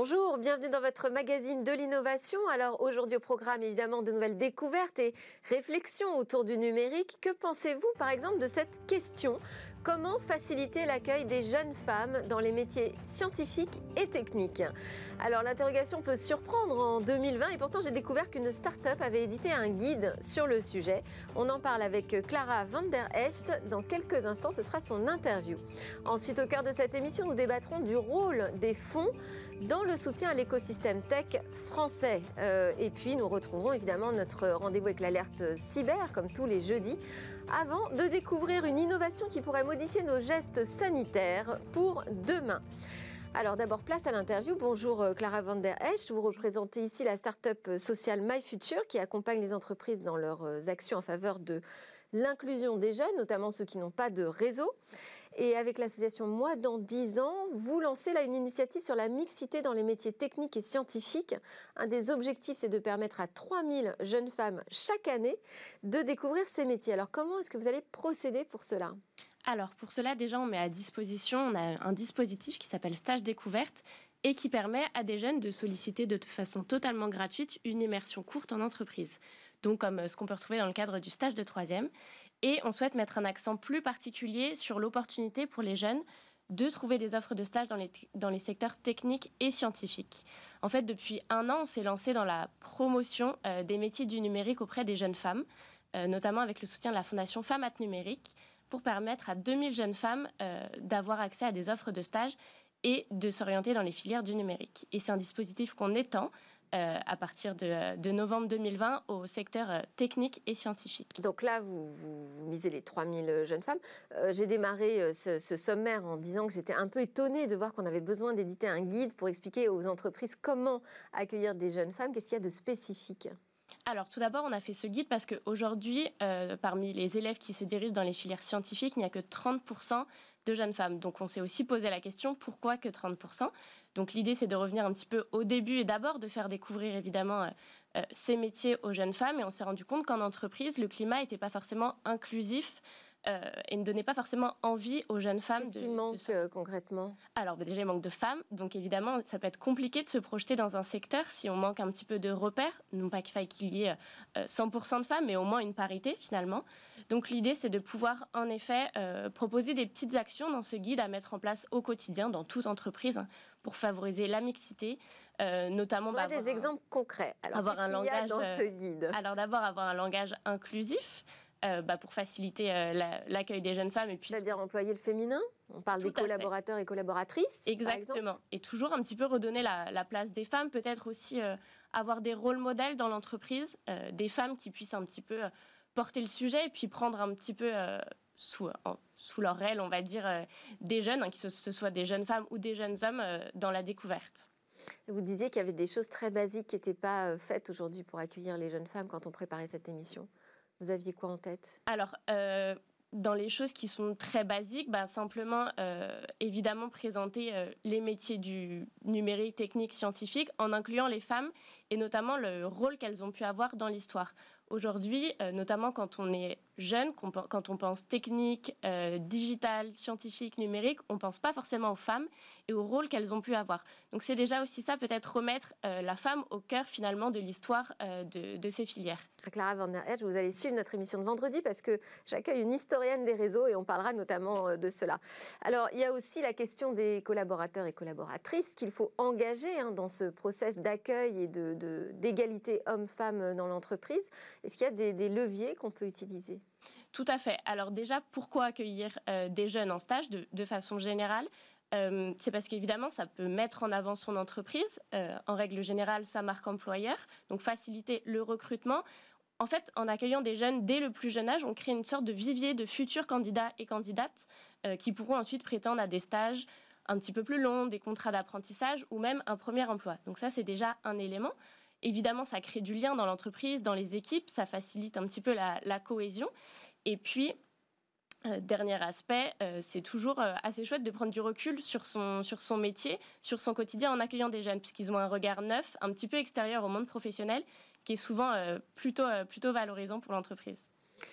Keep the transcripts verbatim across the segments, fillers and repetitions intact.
Bonjour, bienvenue dans votre magazine de l'innovation. Alors aujourd'hui au programme évidemment de nouvelles découvertes et réflexions autour du numérique. Que pensez-vous par exemple de cette question ? Comment faciliter l'accueil des jeunes femmes dans les métiers scientifiques et techniques ? Alors l'interrogation peut surprendre en deux mille vingt et pourtant j'ai découvert qu'une start-up avait édité un guide sur le sujet. On en parle avec Clara van der Helst. Dans quelques instants, ce sera son interview. Ensuite, au cœur de cette émission, nous débattrons du rôle des fonds dans le soutien à l'écosystème tech français. Euh, et puis, nous retrouverons évidemment notre rendez-vous avec l'alerte cyber, comme tous les jeudis, avant de découvrir une innovation qui pourrait modifier nos gestes sanitaires pour demain. Alors d'abord, place à l'interview. Bonjour Clara van der Helst. Vous représentez ici la start-up sociale MyFuture qui accompagne les entreprises dans leurs actions en faveur de l'inclusion des jeunes, notamment ceux qui n'ont pas de réseau. Et avec l'association Moi dans dix ans, vous lancez là une initiative sur la mixité dans les métiers techniques et scientifiques. Un des objectifs, c'est de permettre à trois mille jeunes femmes chaque année de découvrir ces métiers. Alors comment est-ce que vous allez procéder pour cela ? Alors pour cela, déjà, on met à disposition on a un dispositif qui s'appelle Stage Découverte et qui permet à des jeunes de solliciter de façon totalement gratuite une immersion courte en entreprise. Donc comme ce qu'on peut retrouver dans le cadre du stage de troisième. Et on souhaite mettre un accent plus particulier sur l'opportunité pour les jeunes de trouver des offres de stage dans les, dans les secteurs techniques et scientifiques. En fait, depuis un an, on s'est lancé dans la promotion euh, des métiers du numérique auprès des jeunes femmes, euh, notamment avec le soutien de la Fondation Femmes at Numérique, pour permettre à deux mille jeunes femmes euh, d'avoir accès à des offres de stage et de s'orienter dans les filières du numérique. Et c'est un dispositif qu'on étend Euh, à partir de, de novembre deux mille vingt au secteur euh, technique et scientifique. Donc là, vous, vous, vous misez les trois mille jeunes femmes. Euh, j'ai démarré euh, ce, ce sommaire en disant que j'étais un peu étonnée de voir qu'on avait besoin d'éditer un guide pour expliquer aux entreprises comment accueillir des jeunes femmes. Qu'est-ce qu'il y a de spécifique ? Alors, tout d'abord, on a fait ce guide parce qu'aujourd'hui, euh, parmi les élèves qui se dirigent dans les filières scientifiques, il n'y a que trente pour cent de jeunes femmes. Donc, on s'est aussi posé la question, pourquoi que trente pour cent ? Donc, l'idée, c'est de revenir un petit peu au début et d'abord de faire découvrir, évidemment, euh, euh, ces métiers aux jeunes femmes. Et on s'est rendu compte qu'en entreprise, le climat n'était pas forcément inclusif Euh, et ne donnait pas forcément envie aux jeunes femmes. Qu'est-ce de, qui manque de... euh, concrètement ? Alors bah déjà il manque de femmes, donc évidemment ça peut être compliqué de se projeter dans un secteur si on manque un petit peu de repères, non pas qu'il faille qu'il y ait euh, cent pour cent de femmes, mais au moins une parité finalement. Donc l'idée c'est de pouvoir en effet euh, proposer des petites actions dans ce guide à mettre en place au quotidien dans toute entreprise hein, pour favoriser la mixité, euh, notamment... Je vois bah, des exemples un... concrets. Alors, avoir un langage dans ce guide. Alors d'abord avoir un langage inclusif. Euh, bah, pour faciliter euh, la, l'accueil des jeunes femmes. Et puis, c'est-à-dire employer le féminin ? On parle des collaborateurs et collaboratrices, exactement. Et toujours un petit peu redonner la, la place des femmes, peut-être aussi euh, avoir des rôles modèles dans l'entreprise, euh, des femmes qui puissent un petit peu euh, porter le sujet et puis prendre un petit peu euh, sous, en, sous leur aile, on va dire, euh, des jeunes, hein, que ce, ce soit des jeunes femmes ou des jeunes hommes, euh, dans la découverte. Vous disiez qu'il y avait des choses très basiques qui n'étaient pas faites aujourd'hui pour accueillir les jeunes femmes quand on préparait cette émission. Vous aviez quoi en tête ? Alors, euh, dans les choses qui sont très basiques, bah, simplement, euh, évidemment, présenter euh, les métiers du numérique, technique, scientifique, en incluant les femmes et notamment le rôle qu'elles ont pu avoir dans l'histoire. Aujourd'hui, euh, notamment quand on est jeune, quand on pense technique, euh, digital, scientifique, numérique, on ne pense pas forcément aux femmes et au rôle qu'elles ont pu avoir. Donc c'est déjà aussi ça, peut-être remettre euh, la femme au cœur finalement de l'histoire euh, de, de ces filières. Clara van der Helst, vous allez suivre notre émission de vendredi parce que j'accueille une historienne des réseaux et on parlera notamment de cela. Alors, il y a aussi la question des collaborateurs et collaboratrices qu'il faut engager hein, dans ce process d'accueil et de, de, d'égalité hommes-femmes dans l'entreprise. Est-ce qu'il y a des, des leviers qu'on peut utiliser ? Tout à fait. Alors déjà, pourquoi accueillir euh, des jeunes en stage de, de façon générale ? Euh, c'est parce qu'évidemment, ça peut mettre en avant son entreprise, euh, en règle générale, sa marque employeur, donc faciliter le recrutement. En fait, en accueillant des jeunes dès le plus jeune âge, on crée une sorte de vivier de futurs candidats et candidates euh, qui pourront ensuite prétendre à des stages un petit peu plus longs, des contrats d'apprentissage ou même un premier emploi. Donc ça, c'est déjà un élément. Évidemment, ça crée du lien dans l'entreprise, dans les équipes, ça facilite un petit peu la, la cohésion. Et puis, euh, dernier aspect, euh, c'est toujours euh, assez chouette de prendre du recul sur son, sur son métier, sur son quotidien en accueillant des jeunes, puisqu'ils ont un regard neuf, un petit peu extérieur au monde professionnel, qui est souvent euh, plutôt, euh, plutôt valorisant pour l'entreprise.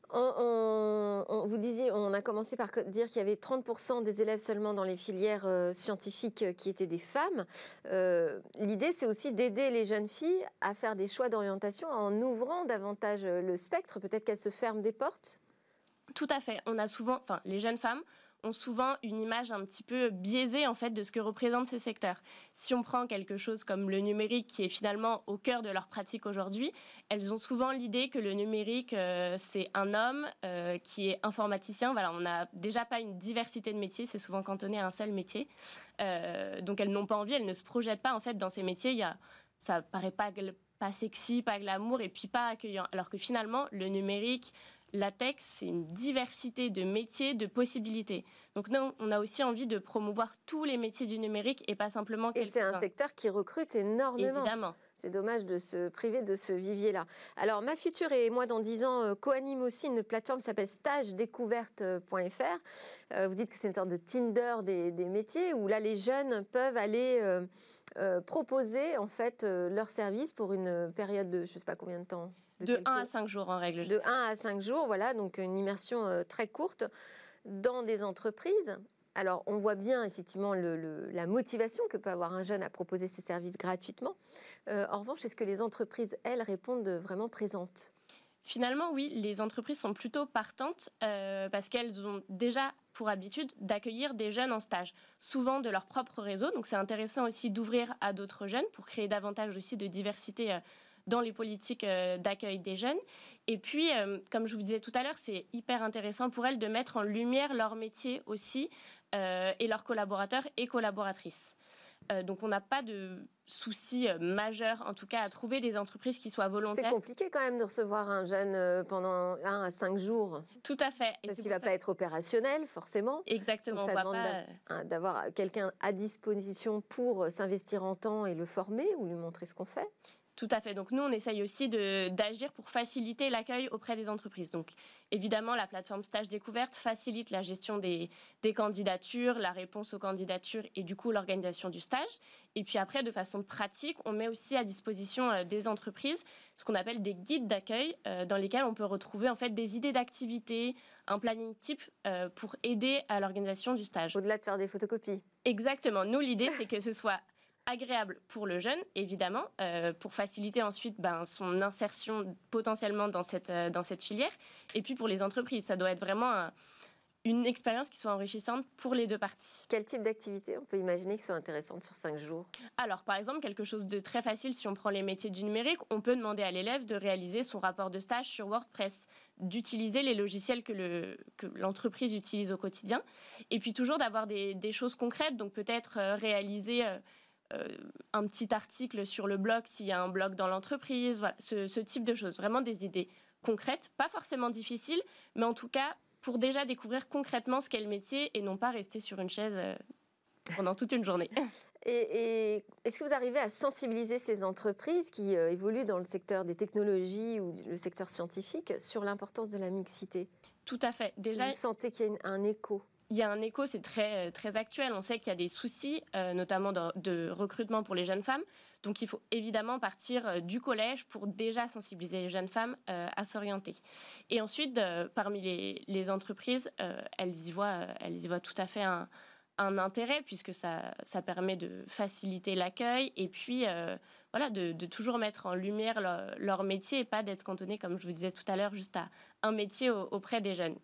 On, on, on, vous disiez, on a commencé par dire qu'il y avait trente pour cent des élèves seulement dans les filières euh, scientifiques euh, qui étaient des femmes. Euh, l'idée, c'est aussi d'aider les jeunes filles à faire des choix d'orientation en ouvrant davantage le spectre. Peut-être qu'elles se ferment des portes. Tout à fait. On a souvent, enfin, les jeunes femmes ont souvent une image un petit peu biaisée en fait de ce que représentent ces secteurs. Si on prend quelque chose comme le numérique qui est finalement au cœur de leur pratique aujourd'hui, elles ont souvent l'idée que le numérique euh, c'est un homme euh, qui est informaticien. Voilà, on n'a déjà pas une diversité de métiers, c'est souvent cantonné à un seul métier. Euh, donc elles n'ont pas envie, elles ne se projettent pas en fait dans ces métiers. Il y a, ça paraît pas pas sexy, pas glamour et puis pas accueillant. Alors que finalement le numérique, la tech, c'est une diversité de métiers, de possibilités. Donc nous, on a aussi envie de promouvoir tous les métiers du numérique et pas simplement quelques-uns. Et c'est un secteur qui recrute énormément. Évidemment. C'est dommage de se priver de ce vivier-là. Alors, Ma Future et moi, dans dix ans, euh, co-anime aussi une plateforme qui s'appelle stage découverte point f r. Euh, vous dites que c'est une sorte de Tinder des, des métiers, où là, les jeunes peuvent aller euh, euh, proposer en fait euh, leurs services pour une période de, je ne sais pas combien de temps. De, de quelques... un à cinq jours en règle générale. De un à cinq jours, voilà, donc une immersion euh, très courte dans des entreprises. Alors, on voit bien effectivement le, le, la motivation que peut avoir un jeune à proposer ses services gratuitement. Euh, en revanche, est-ce que les entreprises, elles, répondent vraiment présentes ? Finalement, oui, les entreprises sont plutôt partantes euh, parce qu'elles ont déjà pour habitude d'accueillir des jeunes en stage, souvent de leur propre réseau. Donc, c'est intéressant aussi d'ouvrir à d'autres jeunes pour créer davantage aussi de diversité euh, dans les politiques euh, d'accueil des jeunes. Et puis, euh, comme je vous disais tout à l'heure, c'est hyper intéressant pour elles de mettre en lumière leur métier aussi euh, et leurs collaborateurs et collaboratrices. Euh, donc, on n'a pas de souci euh, majeur, en tout cas, à trouver des entreprises qui soient volontaires. C'est compliqué quand même de recevoir un jeune euh, pendant un à cinq jours. Tout à fait. Et parce qu'il ne va ça... pas être opérationnel, forcément. Exactement. Donc, ça demande pas... d'avoir quelqu'un à disposition pour s'investir en temps et le former ou lui montrer ce qu'on fait. Tout à fait. Donc, nous, on essaye aussi de, d'agir pour faciliter l'accueil auprès des entreprises. Donc, évidemment, la plateforme Stage Découverte facilite la gestion des, des candidatures, la réponse aux candidatures et du coup, l'organisation du stage. Et puis après, de façon pratique, on met aussi à disposition euh, des entreprises ce qu'on appelle des guides d'accueil euh, dans lesquels on peut retrouver en fait des idées d'activités, un planning type euh, pour aider à l'organisation du stage. Au-delà de faire des photocopies. Exactement. Nous, l'idée, c'est que ce soit agréable pour le jeune, évidemment, euh, pour faciliter ensuite ben, son insertion potentiellement dans cette, euh, dans cette filière. Et puis pour les entreprises, ça doit être vraiment un, une expérience qui soit enrichissante pour les deux parties. Quel type d'activité on peut imaginer qui soit intéressante sur cinq jours ? Alors, par exemple, quelque chose de très facile, si on prend les métiers du numérique, on peut demander à l'élève de réaliser son rapport de stage sur WordPress, d'utiliser les logiciels que, le, que l'entreprise utilise au quotidien, et puis toujours d'avoir des, des choses concrètes, donc peut-être euh, réaliser... Euh, Euh, un petit article sur le blog s'il y a un blog dans l'entreprise, voilà, ce, ce type de choses. Vraiment des idées concrètes, pas forcément difficiles, mais en tout cas pour déjà découvrir concrètement ce qu'est le métier et non pas rester sur une chaise euh, pendant toute une journée. Et, et est-ce que vous arrivez à sensibiliser ces entreprises qui euh, évoluent dans le secteur des technologies ou le secteur scientifique sur l'importance de la mixité ? Tout à fait. Déjà, vous sentez qu'il y a une, un écho ? Il y a un écho, c'est très, très actuel. On sait qu'il y a des soucis, euh, notamment de, de recrutement pour les jeunes femmes. Donc, il faut évidemment partir euh, du collège pour déjà sensibiliser les jeunes femmes euh, à s'orienter. Et ensuite, euh, parmi les, les entreprises, euh, elles, y voient, elles y voient tout à fait un, un intérêt puisque ça, ça permet de faciliter l'accueil et puis euh, voilà, de, de toujours mettre en lumière leur, leur métier et pas d'être cantonné, comme je vous disais tout à l'heure, juste à un métier au, auprès des jeunes.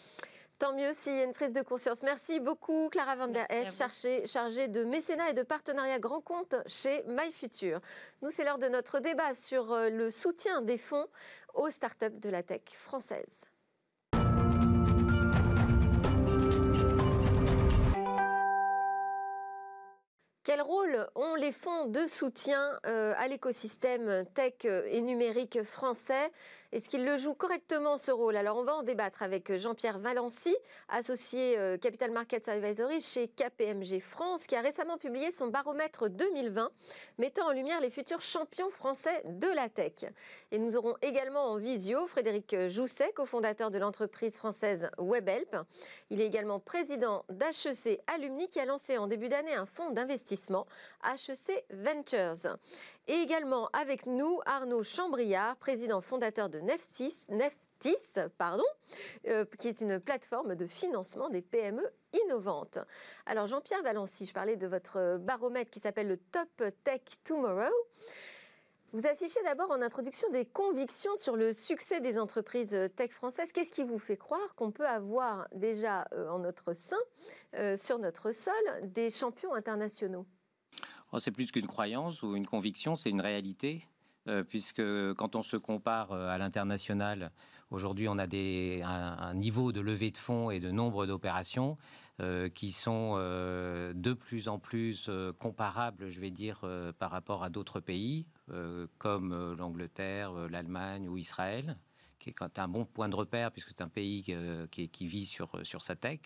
Tant mieux s'il y a une prise de conscience. Merci beaucoup Clara Van Der Esch, chargée, chargée de mécénat et de partenariat grand compte chez My Future. Nous, c'est l'heure de notre débat sur le soutien des fonds aux startups de la tech française. Quel rôle ont les fonds de soutien euh, à l'écosystème tech et numérique français ? Est-ce qu'ils le jouent correctement, ce rôle ? Alors, on va en débattre avec Jean-Pierre Valency, associé euh, Capital Markets Advisory chez K P M G France, qui a récemment publié son baromètre deux mille vingt, mettant en lumière les futurs champions français de la tech. Et nous aurons également en visio Frédéric Jousset, cofondateur de l'entreprise française WebHelp. Il est également président d'H E C Alumni, qui a lancé en début d'année un fonds d'investissement, H E C Ventures. Et également avec nous, Arnaud Chambriard, président fondateur de Neftis, Neftis pardon, euh, qui est une plateforme de financement des P M E innovantes. Alors Jean-Pierre Valency, je parlais de votre baromètre qui s'appelle le Top Tech Tomorrow. Vous affichez d'abord en introduction des convictions sur le succès des entreprises tech françaises. Qu'est-ce qui vous fait croire qu'on peut avoir déjà euh, en notre sein, euh, sur notre sol, des champions internationaux ? Oh, c'est plus qu'une croyance ou une conviction, c'est une réalité. Euh, puisque quand on se compare à l'international, aujourd'hui on a des, un, un niveau de levée de fonds et de nombre d'opérations euh, qui sont euh, de plus en plus euh, comparables, je vais dire, euh, par rapport à d'autres pays, euh, comme euh, l'Angleterre, euh, l'Allemagne ou Israël, qui est un bon point de repère puisque c'est un pays euh, qui, qui vit sur, sur sa tech.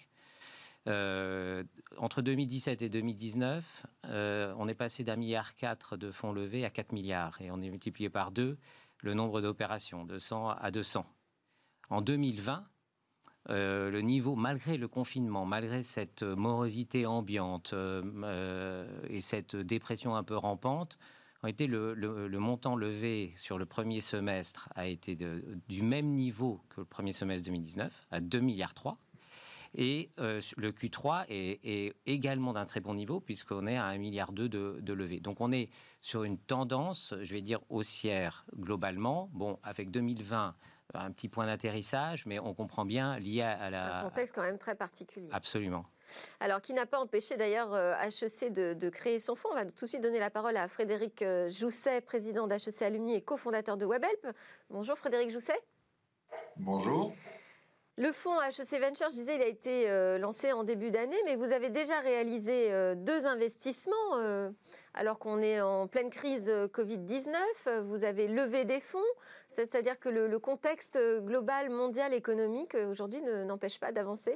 Euh, entre deux mille dix-sept et deux mille dix-neuf, euh, on est passé d'un milliard quatre de fonds levés à quatre milliards et on est multiplié par deux le nombre d'opérations, de cent à deux cents. En deux mille vingt, euh, le niveau, malgré le confinement, malgré cette morosité ambiante euh, euh, et cette dépression un peu rampante, en été, le, le, le montant levé sur le premier semestre a été de, du même niveau que le premier semestre deux mille dix-neuf, à deux milliards trois. Et euh, le Q trois est, est également d'un très bon niveau puisqu'on est à un virgule deux milliard de, de levée. Donc on est sur une tendance, je vais dire, haussière globalement. Bon, avec deux mille vingt, un petit point d'atterrissage, mais on comprend bien lié à, à la... Un contexte quand même très particulier. Absolument. Alors, qui n'a pas empêché d'ailleurs H E C de, de créer son fonds. On va tout de suite donner la parole à Frédéric Jousset, président d'H E C Alumni et cofondateur de Webhelp. Bonjour Frédéric Jousset. Bonjour. Le fonds H E C Venture, je disais, il a été euh, lancé en début d'année, mais vous avez déjà réalisé euh, deux investissements euh, alors qu'on est en pleine crise covid dix-neuf. Vous avez levé des fonds, c'est-à-dire que le, le contexte global, mondial, économique, aujourd'hui, ne, n'empêche pas d'avancer.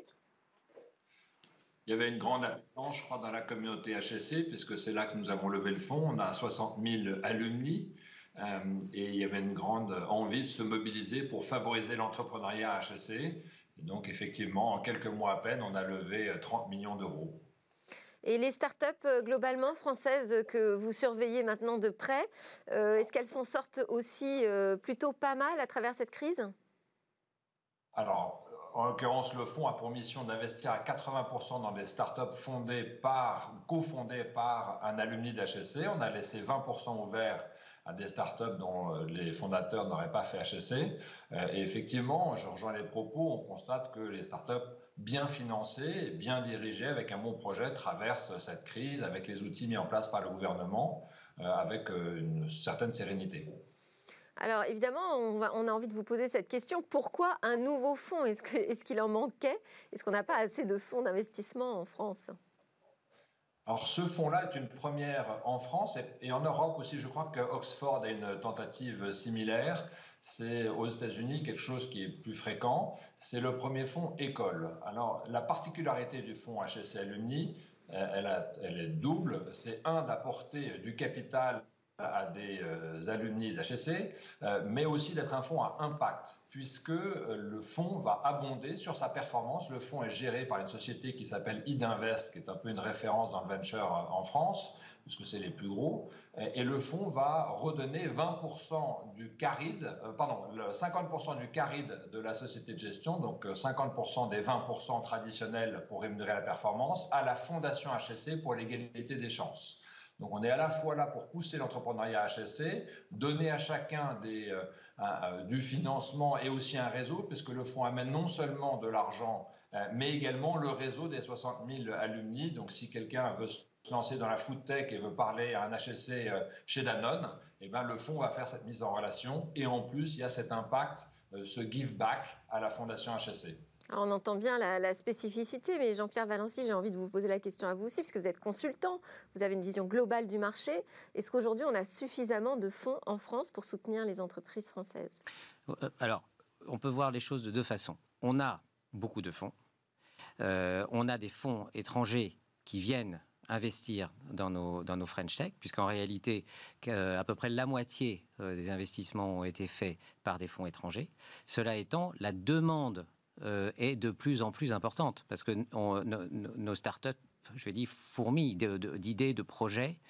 Il y avait une grande appétence, je crois, dans la communauté H E C, puisque c'est là que nous avons levé le fonds. On a soixante mille alumni. Euh, et il y avait une grande envie de se mobiliser pour favoriser l'entrepreneuriat à H E C. Et donc, effectivement, en quelques mois à peine, on a levé trente millions d'euros. Et les startups globalement françaises que vous surveillez maintenant de près, euh, est-ce qu'elles s'en sortent aussi euh, plutôt pas mal à travers cette crise ? Alors, en l'occurrence, le fonds a pour mission d'investir à quatre-vingts pour cent dans des startups fondées par, cofondées par un alumni d'H E C. On a laissé vingt pour cent ouverts à des startups dont les fondateurs n'auraient pas fait H E C. Et effectivement, je rejoins les propos, on constate que les startups bien financées, bien dirigées, avec un bon projet, traversent cette crise avec les outils mis en place par le gouvernement, avec une certaine sérénité. Alors évidemment, on, va, on a envie de vous poser cette question. Pourquoi un nouveau fonds ? Est-ce que, est-ce qu'il en manquait ? Est-ce qu'on n'a pas assez de fonds d'investissement en France ? Alors ce fonds-là est une première en France et, et en Europe aussi. Je crois que Oxford a une tentative similaire. C'est aux États-Unis quelque chose qui est plus fréquent. C'est le premier fonds école. Alors la particularité du fonds H E C Alumni, elle, a, elle est double. C'est un, d'apporter du capital à des euh, alumni d'H E C, euh, mais aussi d'être un fonds à impact, puisque euh, le fonds va abonder sur sa performance. Le fonds est géré par une société qui s'appelle Idinvest, qui est un peu une référence dans le venture en France, puisque c'est les plus gros, et, et le fonds va redonner vingt pour cent du caride, euh, pardon, le cinquante pour cent du caride de la société de gestion, donc cinquante pour cent des vingt pour cent traditionnels pour rémunérer la performance, à la fondation H E C pour l'égalité des chances. Donc on est à la fois là pour pousser l'entrepreneuriat H E C, donner à chacun des, euh, euh, du financement et aussi un réseau, puisque le fonds amène non seulement de l'argent, euh, mais également le réseau des soixante mille alumni. Donc si quelqu'un veut se lancer dans la food tech et veut parler à un H E C euh, chez Danone, eh ben, le fonds va faire cette mise en relation. Et en plus, il y a cet impact, euh, ce give back à la fondation H E C. Alors on entend bien la, la spécificité, mais Jean-Pierre Valency, j'ai envie de vous poser la question à vous aussi, puisque vous êtes consultant, vous avez une vision globale du marché. Est-ce qu'aujourd'hui, on a suffisamment de fonds en France pour soutenir les entreprises françaises ? Alors, on peut voir les choses de deux façons. On a beaucoup de fonds. Euh, on a des fonds étrangers qui viennent investir dans nos, dans nos French Tech, puisqu'en réalité, à peu près la moitié des investissements ont été faits par des fonds étrangers. Cela étant, la demande Euh, est de plus en plus importante parce que on, no, no, nos startups, je vais dire, fourmillent de, de, d'idées, de projets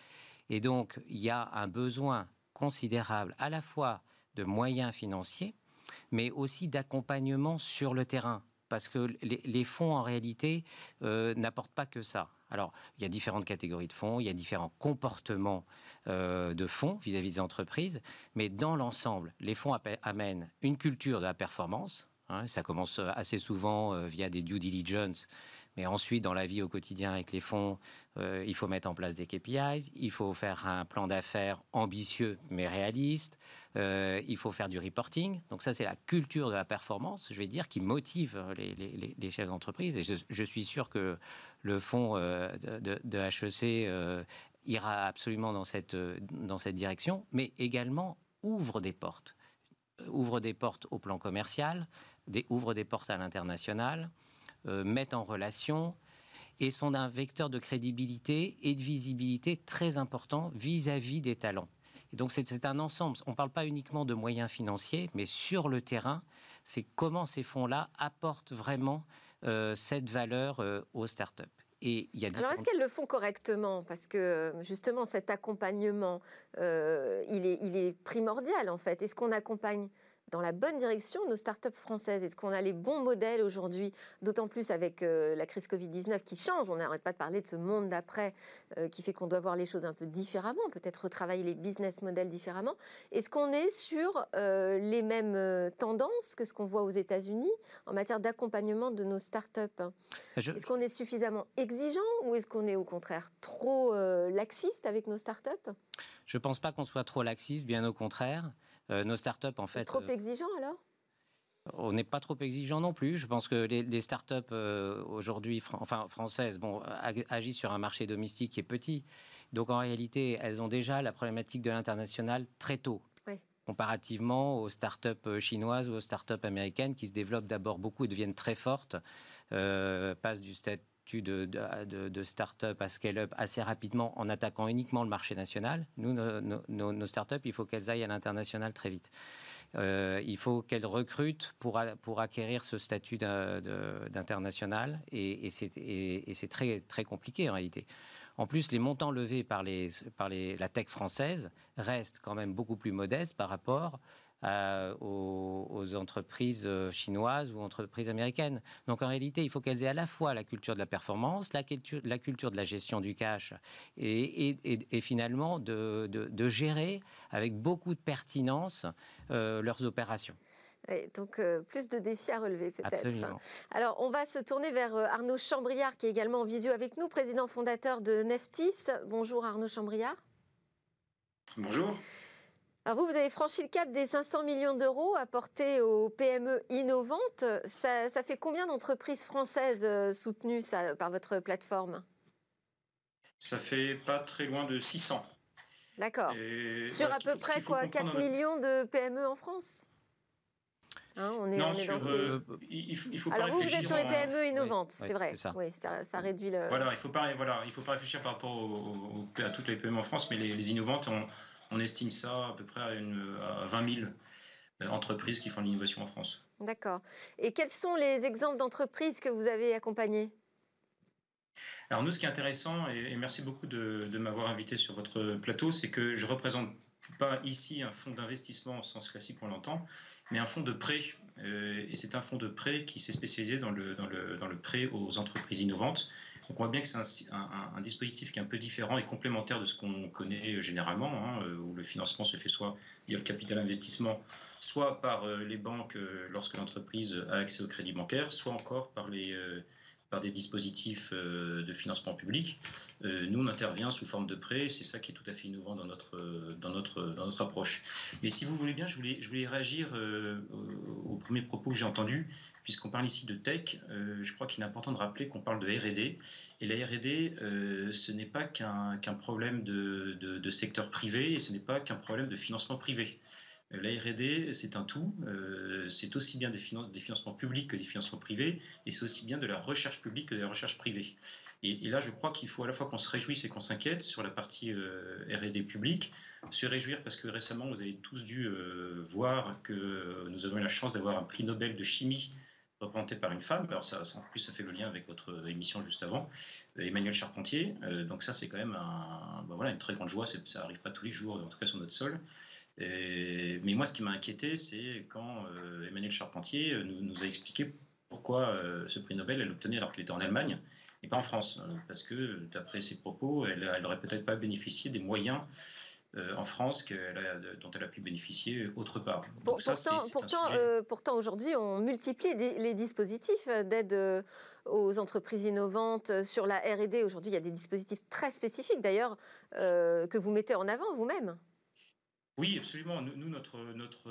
Et donc, il y a un besoin considérable à la fois de moyens financiers, mais aussi d'accompagnement sur le terrain. Parce que les, les fonds, en réalité, euh, n'apportent pas que ça. Alors, il y a différentes catégories de fonds, il y a différents comportements euh, de fonds vis-à-vis des entreprises, mais dans l'ensemble, les fonds amènent une culture de la performance. Hein, ça commence assez souvent euh, via des due diligence, mais ensuite, dans la vie au quotidien avec les fonds, euh, il faut mettre en place des K P Is, il faut faire un plan d'affaires ambitieux mais réaliste, euh, il faut faire du reporting. Donc ça, c'est la culture de la performance, je vais dire, qui motive les, les, les chefs d'entreprise. Et je, je suis sûr que le fonds euh, de, de, de H E C euh, ira absolument dans cette, dans cette direction, mais également ouvre des portes. Ouvre des portes au plan commercial, des, ouvre des portes à l'international, euh, met en relation et sont un vecteur de crédibilité et de visibilité très important vis-à-vis des talents. Et donc c'est, c'est un ensemble. On ne parle pas uniquement de moyens financiers, mais sur le terrain, c'est comment ces fonds-là apportent vraiment euh, cette valeur euh, aux startups. Et il y a Alors, est-ce qu'elles le font correctement? Parce que, justement, cet accompagnement, euh, il est, il est primordial, en fait. Est-ce qu'on accompagne dans la bonne direction nos startups françaises? Est-ce qu'on a les bons modèles aujourd'hui? D'autant plus avec euh, la crise covid dix-neuf qui change. On n'arrête pas de parler de ce monde d'après euh, qui fait qu'on doit voir les choses un peu différemment, peut-être retravailler les business models différemment. Est-ce qu'on est sur euh, les mêmes euh, tendances que ce qu'on voit aux États-Unis en matière d'accompagnement de nos startups? Je... Est-ce qu'on est suffisamment exigeant ou est-ce qu'on est au contraire trop euh, laxiste avec nos startups? Je ne pense pas qu'on soit trop laxiste, bien au contraire. Euh, nos startups, en fait... Trop exigeant, alors? On n'est pas trop exigeant non plus. Je pense que les, les startups euh, aujourd'hui, fran- enfin françaises, bon, ag- agissent sur un marché domestique qui est petit. Donc en réalité, elles ont déjà la problématique de l'international très tôt, oui. Comparativement aux startups chinoises ou aux startups américaines qui se développent d'abord beaucoup et deviennent très fortes, euh, passent du statut De, de, de start-up à scale-up assez rapidement en attaquant uniquement le marché national. Nous, nos, nos, nos start-up, il faut qu'elles aillent à l'international très vite. Euh, il faut qu'elles recrutent pour, pour acquérir ce statut d'international et, et c'est, et, et c'est très, très compliqué en réalité. En plus, les montants levés par, les, par les, la tech française restent quand même beaucoup plus modestes par rapport Euh, aux, aux entreprises chinoises ou entreprises américaines. Donc en réalité, il faut qu'elles aient à la fois la culture de la performance, la culture, la culture de la gestion du cash et, et, et, et finalement de, de, de gérer avec beaucoup de pertinence euh, leurs opérations. Oui, donc euh, plus de défis à relever peut-être. Absolument. Alors on va se tourner vers Arnaud Chambriard qui est également en visio avec nous, président fondateur de Neftis. Bonjour Arnaud Chambriard. Bonjour. Alors vous, vous avez franchi le cap des cinq cents millions d'euros apportés aux P M E innovantes. Ça, ça fait combien d'entreprises françaises soutenues ça, par votre plateforme? Ça fait pas très loin de six cents. D'accord. Et Sur voilà, à peu faut, près quoi, quatre millions de P M E en France? Hein, on est, non, on est sur, dans ces... euh, il, il faut Alors pas vous, vous êtes sur les P M E en... innovantes, oui, c'est vrai. C'est ça. Oui, ça, ça réduit le... Voilà, il faut pas, voilà, il faut pas réfléchir par rapport au, au, à toutes les P M E en France, mais les, les innovantes, on, on estime ça à peu près à, une, à vingt mille entreprises qui font de l'innovation en France. D'accord. Et quels sont les exemples d'entreprises que vous avez accompagnées? Alors nous, ce qui est intéressant, et, et merci beaucoup de, de m'avoir invité sur votre plateau, c'est que je ne représente pas ici un fonds d'investissement au sens classique qu'on l'entend, mais un fonds de prêt. Euh, et c'est un fonds de prêt qui s'est spécialisé dans le, dans, le, dans le prêt aux entreprises innovantes. Donc on voit bien que c'est un, un, un dispositif qui est un peu différent et complémentaire de ce qu'on connaît généralement, hein, où le financement se fait soit via le capital investissement, soit par euh, les banques euh, lorsque l'entreprise a accès au crédit bancaire, soit encore par, les, euh, par des dispositifs euh, de financement public. Euh, nous, on intervient sous forme de prêt, c'est ça qui est tout à fait innovant dans notre, dans notre, dans notre approche. Mais si vous voulez bien, je voulais, je voulais réagir euh, au, au premier propos que j'ai entendu. Puisqu'on parle ici de tech, euh, je crois qu'il est important de rappeler qu'on parle de R et D. Et la R et D, euh, ce n'est pas qu'un qu'un problème de, de, de secteur privé et ce n'est pas qu'un problème de financement privé. Euh, la R et D, c'est un tout. Euh, c'est aussi bien des, finan- des financements publics que des financements privés et c'est aussi bien de la recherche publique que de la recherche privée. Et, et là, je crois qu'il faut à la fois qu'on se réjouisse et qu'on s'inquiète sur la partie euh, R et D publique. Se réjouir parce que récemment, vous avez tous dû euh, voir que nous avons eu la chance d'avoir un prix Nobel de chimie représenté par une femme. Alors ça, ça, en plus, ça fait le lien avec votre émission juste avant, Emmanuelle Charpentier. Euh, donc ça, c'est quand même un, ben voilà, une très grande joie. Ça n'arrive pas tous les jours, en tout cas sur notre sol. Et, mais moi, ce qui m'a inquiété, c'est quand euh, Emmanuelle Charpentier nous, nous a expliqué pourquoi euh, ce prix Nobel, elle l'obtenait alors qu'il était en Allemagne et pas en France. Euh, parce que, d'après ses propos, elle n'aurait peut-être pas bénéficié des moyens Euh, en France qu'elle a, dont elle a pu bénéficier autre part. Donc ça, pourtant, c'est, c'est pourtant, euh, pourtant aujourd'hui, on multiplie les dispositifs d'aide euh, aux entreprises innovantes sur la R et D. Aujourd'hui, il y a des dispositifs très spécifiques, d'ailleurs, euh, que vous mettez en avant vous-même. Oui, absolument. Nous, nous notre, notre,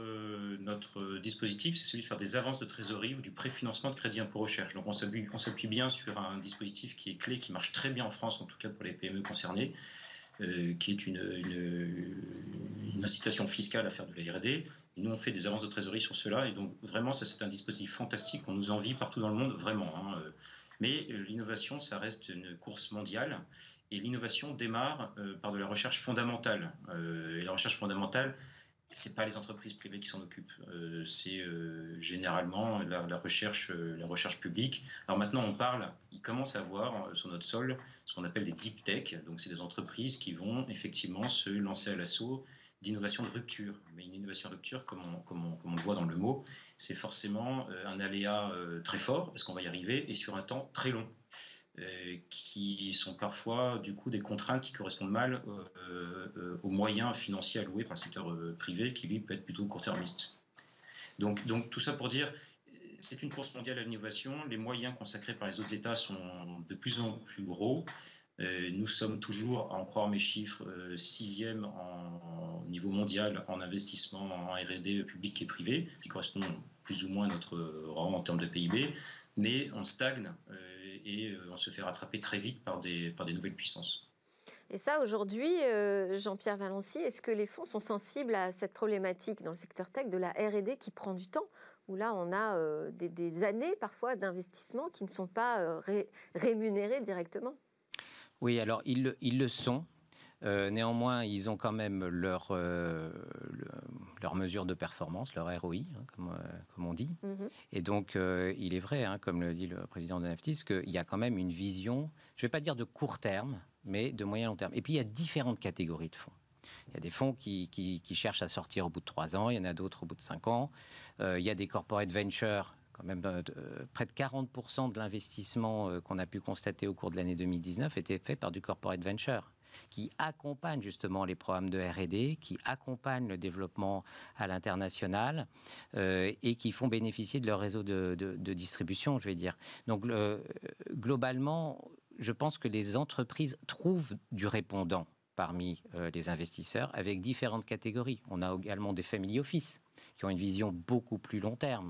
notre dispositif, c'est celui de faire des avances de trésorerie ou du préfinancement de crédit impôt recherche. Donc on s'appuie, on s'appuie bien sur un dispositif qui est clé, qui marche très bien en France, en tout cas pour les P M E concernées. Euh, qui est une, une, une incitation fiscale à faire de la R et D. Et nous, on fait des avances de trésorerie sur cela. Et donc, vraiment, ça, c'est un dispositif fantastique qu'on nous envie partout dans le monde, vraiment. Hein. Mais euh, l'innovation, ça reste une course mondiale. Et l'innovation démarre euh, par de la recherche fondamentale. Euh, et la recherche fondamentale, ce n'est pas les entreprises privées qui s'en occupent. Euh, c'est euh, généralement la, la, recherche, euh, la recherche publique. Alors maintenant, on parle, il commence à avoir euh, sur notre sol ce qu'on appelle des deep tech. Donc, c'est des entreprises qui vont effectivement se lancer à l'assaut d'innovation de rupture. Mais une innovation de rupture, comme on, comme on, comme on le voit dans le mot, c'est forcément euh, un aléa euh, très fort, parce qu'on va y arriver, et sur un temps très long. Euh, qui sont parfois du coup des contraintes qui correspondent mal euh, euh, aux moyens financiers alloués par le secteur euh, privé qui lui peut être plutôt court-termiste. Donc, donc tout ça pour dire, c'est une course mondiale à l'innovation, les moyens consacrés par les autres États sont de plus en plus gros. Euh, nous sommes toujours, à en croire mes chiffres, euh, sixième en, en niveau mondial en investissement en R et D public et privé, qui correspond plus ou moins à notre rang en termes de P I B, mais on stagne euh, et on se fait rattraper très vite par des, par des nouvelles puissances. Et ça, aujourd'hui, euh, Jean-Pierre Valency, est-ce que les fonds sont sensibles à cette problématique dans le secteur tech de la R et D qui prend du temps, où là, on a euh, des, des années parfois d'investissement qui ne sont pas euh, ré, rémunérés directement? Oui, alors ils, ils le sont. Euh, néanmoins, ils ont quand même leur, euh, le, leur mesure de performance, leur R O I, hein, comme, euh, comme on dit. Mm-hmm. Et donc, euh, il est vrai, hein, comme le dit le président de Naftis, qu'il y a quand même une vision, je ne vais pas dire de court terme, mais de moyen long terme. Et puis, il y a différentes catégories de fonds. Il y a des fonds qui, qui, qui cherchent à sortir au bout de trois ans, il y en a d'autres au bout de cinq ans. Euh, il y a des corporate ventures, quand même euh, de, euh, près de quarante pour cent de l'investissement euh, qu'on a pu constater au cours de l'année deux mille dix-neuf était fait par du corporate venture, qui accompagnent justement les programmes de R et D, qui accompagnent le développement à l'international euh, et qui font bénéficier de leur réseau de, de, de distribution, je vais dire. Donc, euh, globalement, je pense que les entreprises trouvent du répondant parmi euh, les investisseurs avec différentes catégories. On a également des family office qui ont une vision beaucoup plus long terme.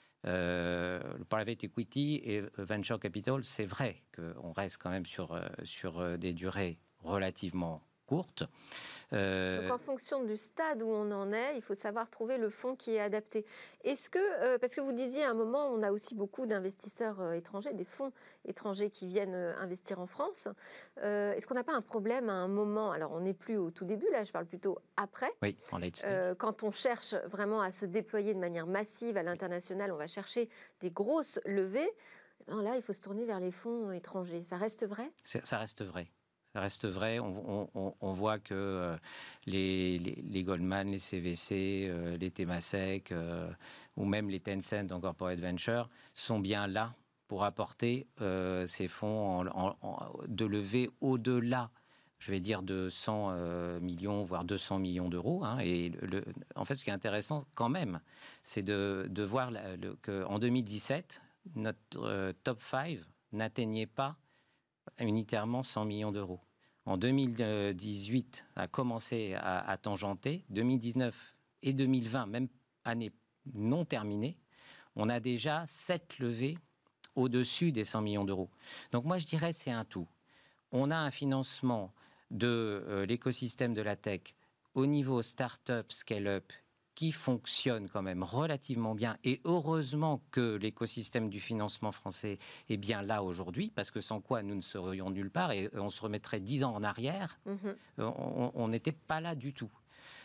Euh, le private equity et venture capital, c'est vrai qu'on reste quand même sur, euh, sur des durées relativement courte. Euh... Donc en fonction du stade où on en est, il faut savoir trouver le fonds qui est adapté. Est-ce que, euh, parce que vous disiez à un moment, on a aussi beaucoup d'investisseurs euh, étrangers, des fonds étrangers qui viennent euh, investir en France. Euh, est-ce qu'on n'a pas un problème à un moment, alors on n'est plus au tout début, là je parle plutôt après, oui, en late stage. Euh, quand on cherche vraiment à se déployer de manière massive à l'international, on va chercher des grosses levées, ben là il faut se tourner vers les fonds étrangers. Ça reste vrai ? C'est, Ça reste vrai. Ça reste vrai. On, on, on voit que euh, les, les, les Goldman, les C V C, euh, les Temasek euh, ou même les Tencent en corporate venture sont bien là pour apporter euh, ces fonds en, en, en, de levée au-delà, je vais dire, de cent euh, millions, voire deux cents millions d'euros. Hein. Et le, le, en fait, ce qui est intéressant quand même, c'est de, de voir qu'en deux mille dix-sept, notre euh, top cinq n'atteignait pas unitairement cent millions d'euros. En deux mille dix-huit, ça a commencé à, à tangenter. deux mille dix-neuf et deux mille vingt, même année non terminée, on a déjà sept levées au-dessus des cent millions d'euros. Donc moi, je dirais c'est un tout. On a un financement de euh, l'écosystème de la tech au niveau start-up, scale-up, qui fonctionne quand même relativement bien. Et heureusement que l'écosystème du financement français est bien là aujourd'hui, parce que sans quoi nous ne serions nulle part et on se remettrait dix ans en arrière. Mmh. On n'était pas là du tout.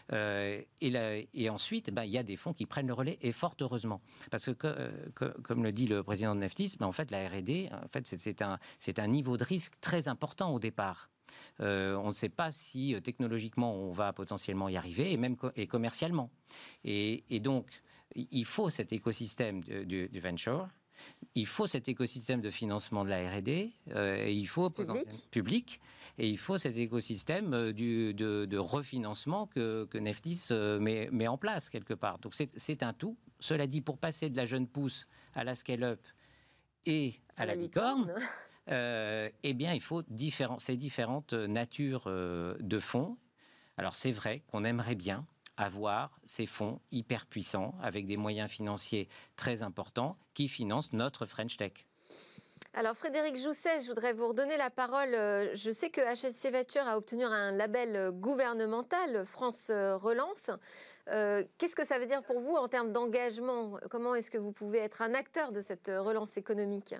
Euh, et, la, et ensuite, ben, il y a des fonds qui prennent le relais, et fort heureusement. Parce que, que, que comme le dit le président de Neftis, ben, en fait, la R et D, en fait, c'est, c'est, un, c'est un niveau de risque très important au départ. Euh, on ne sait pas si euh, technologiquement on va potentiellement y arriver, et même co- et commercialement. Et, et donc, il faut cet écosystème du, du, du venture. Il faut cet écosystème de financement de la R et D, euh, et il faut Public. public, et il faut cet écosystème euh, du, de, de refinancement que, que Neftis euh, met, met en place quelque part. Donc c'est, c'est un tout. Cela dit, pour passer de la jeune pousse à la scale-up et à, à la, la licorne, licorne euh, eh bien il faut différents, ces différentes natures euh, de fonds. Alors c'est vrai qu'on aimerait bien avoir ces fonds hyper puissants avec des moyens financiers très importants qui financent notre French Tech. Alors Frédéric Jousset, je voudrais vous redonner la parole. Je sais que H S C Venture a obtenu un label gouvernemental, France Relance. Euh, qu'est-ce que ça veut dire pour vous en termes d'engagement? Comment est-ce que vous pouvez être un acteur de cette relance économique?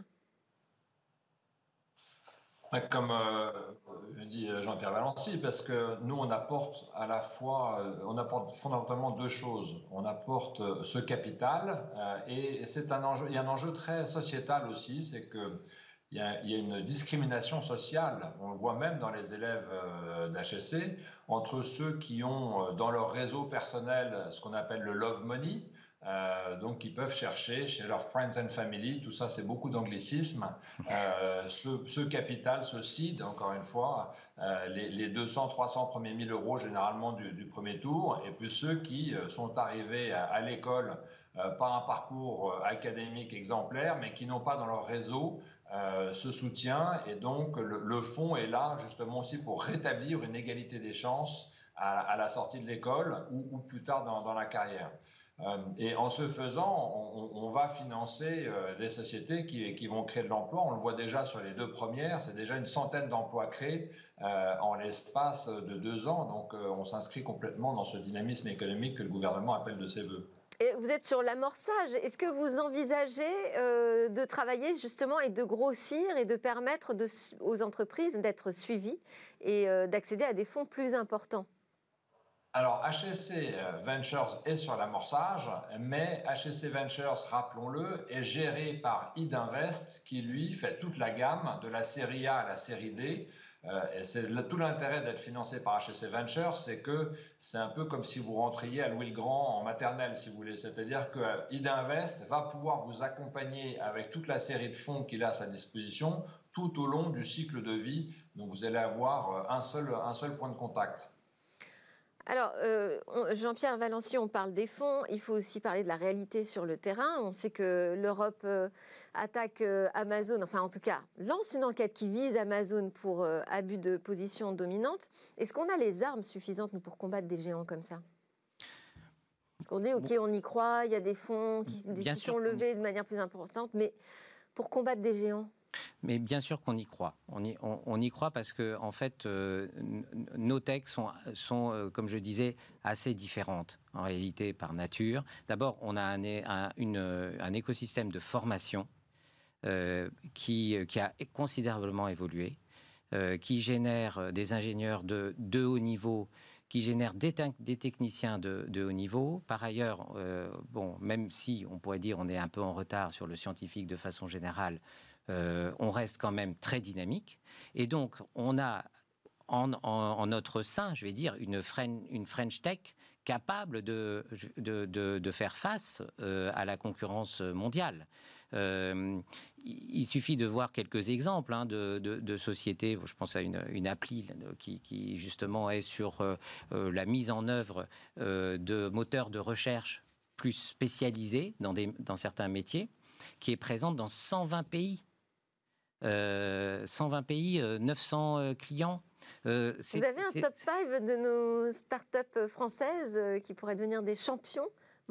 Comme euh, dit Jean-Pierre Valency, parce que nous, on apporte à la fois, on apporte fondamentalement deux choses. On apporte ce capital euh, et c'est un enjeu, il y a un enjeu très sociétal aussi, c'est que il y a, il y a une discrimination sociale, on le voit même dans les élèves euh, d'H S C, entre ceux qui ont dans leur réseau personnel ce qu'on appelle le love money, Euh, donc ils peuvent chercher chez leurs friends and family, tout ça c'est beaucoup d'anglicisme, euh, ce, ce capital, ce seed, encore une fois, euh, les, les deux cents, trois cents premiers mille euros généralement du, du premier tour, et puis ceux qui euh, sont arrivés à, à l'école euh, par un parcours euh, académique exemplaire, mais qui n'ont pas dans leur réseau euh, ce soutien, et donc le, le fonds est là justement aussi pour rétablir une égalité des chances à, à la sortie de l'école ou, ou plus tard dans, dans la carrière. Euh, et en ce faisant, on, on va financer euh, des sociétés qui, qui vont créer de l'emploi. On le voit déjà sur les deux premières, c'est déjà une centaine d'emplois créés euh, en l'espace de deux ans. Donc euh, on s'inscrit complètement dans ce dynamisme économique que le gouvernement appelle de ses voeux. Et vous êtes sur l'amorçage. Est-ce que vous envisagez euh, de travailler justement et de grossir et de permettre de, aux entreprises d'être suivies et euh, d'accéder à des fonds plus importants ? Alors, H S C Ventures est sur l'amorçage, mais H S C Ventures, rappelons-le, est géré par Idinvest, qui lui fait toute la gamme de la série A à la série D. Euh, et c'est tout l'intérêt d'être financé par H S C Ventures, c'est que c'est un peu comme si vous rentriez à Louis-le-Grand en maternelle, si vous voulez. C'est-à-dire que Idinvest va pouvoir vous accompagner avec toute la série de fonds qu'il a à sa disposition tout au long du cycle de vie. Donc, vous allez avoir un seul, un seul point de contact. Alors, euh, Jean-Pierre Valency, on parle des fonds, il faut aussi parler de la réalité sur le terrain. On sait que l'Europe euh, attaque euh, Amazon, enfin en tout cas, lance une enquête qui vise Amazon pour euh, abus de position dominante. Est-ce qu'on a les armes suffisantes, nous, pour combattre des géants comme ça ? Parce qu'on dit, OK, on y croit, il y a des fonds qui, qui sont levés de manière plus importante, mais pour combattre des géants ? Mais bien sûr qu'on y croit. On y, on, on y croit parce que, en fait, euh, nos techs sont, sont euh, comme je disais, assez différentes en réalité par nature. D'abord, on a un, un, une, un écosystème de formation euh, qui, qui a considérablement évolué, euh, qui génère des ingénieurs de, de haut niveau, qui génère des, des techniciens de, de haut niveau. Par ailleurs, euh, bon, même si on pourrait dire on est un peu en retard sur le scientifique de façon générale, Euh, on reste quand même très dynamique. Et donc, on a en, en, en notre sein, je vais dire, une, French, une French Tech capable de, de, de, de faire face euh, à la concurrence mondiale. Euh, il suffit de voir quelques exemples hein, de, de, de sociétés. Je pense à une, une appli qui, qui, justement, est sur euh, la mise en œuvre euh, de moteurs de recherche plus spécialisés dans, des, dans certains métiers, qui est présente dans cent vingt pays. Euh, cent vingt pays, euh, neuf cents euh, clients. Euh, Vous avez un top cinq de nos startups françaises euh, qui pourraient devenir des champions mondiaux ?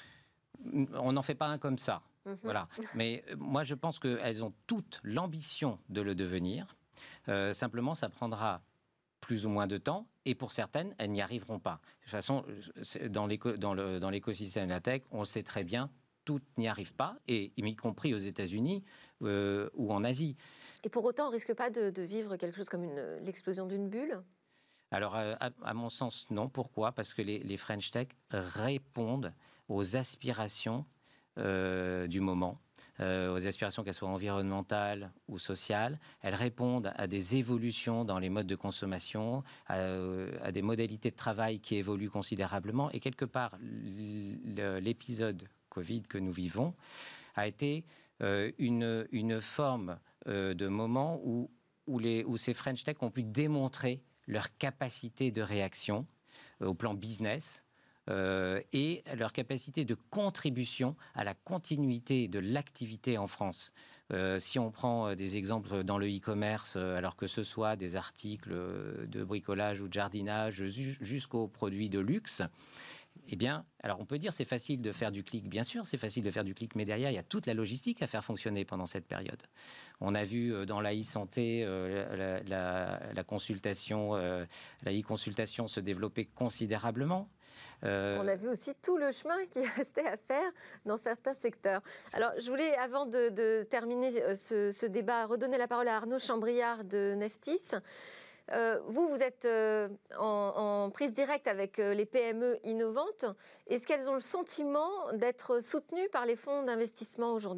On n'en fait pas un comme ça. Mm-hmm. Voilà. Mais euh, moi, je pense qu'elles ont toutes l'ambition de le devenir. Euh, simplement, ça prendra plus ou moins de temps, et pour certaines, elles n'y arriveront pas. De toute façon, dans, l'éco, dans, le, dans l'écosystème de la tech, on le sait très bien, toutes n'y arrivent pas, et y compris aux États-Unis euh, ou en Asie. Et pour autant, on ne risque pas de, de vivre quelque chose comme une, l'explosion d'une bulle ? Alors, à, à mon sens, non. Pourquoi ? Parce que les, les French Tech répondent aux aspirations euh, du moment, euh, aux aspirations qu'elles soient environnementales ou sociales. Elles répondent à des évolutions dans les modes de consommation, à, à des modalités de travail qui évoluent considérablement. Et quelque part, l'épisode Covid que nous vivons a été euh, une, une forme euh, de moment où, où, les, où ces French Tech ont pu démontrer leur capacité de réaction euh, au plan business euh, et leur capacité de contribution à la continuité de l'activité en France. Euh, si on prend des exemples dans le e-commerce, euh, alors que ce soit des articles de bricolage ou de jardinage jusqu'aux produits de luxe, eh bien, alors on peut dire c'est facile de faire du clic, bien sûr, c'est facile de faire du clic, mais derrière, il y a toute la logistique à faire fonctionner pendant cette période. On a vu dans la e-santé euh, la, la, la consultation, euh, la e-consultation se développer considérablement. Euh... On a vu aussi tout le chemin qui restait à faire dans certains secteurs. Alors, je voulais, avant de, de terminer ce, ce débat, redonner la parole à Arnaud Chambriard de Neftis. Euh, vous, vous êtes euh, en, en prise directe avec euh, les P M E innovantes. Est-ce qu'elles ont le sentiment d'être soutenues par les fonds d'investissement aujourd'hui ?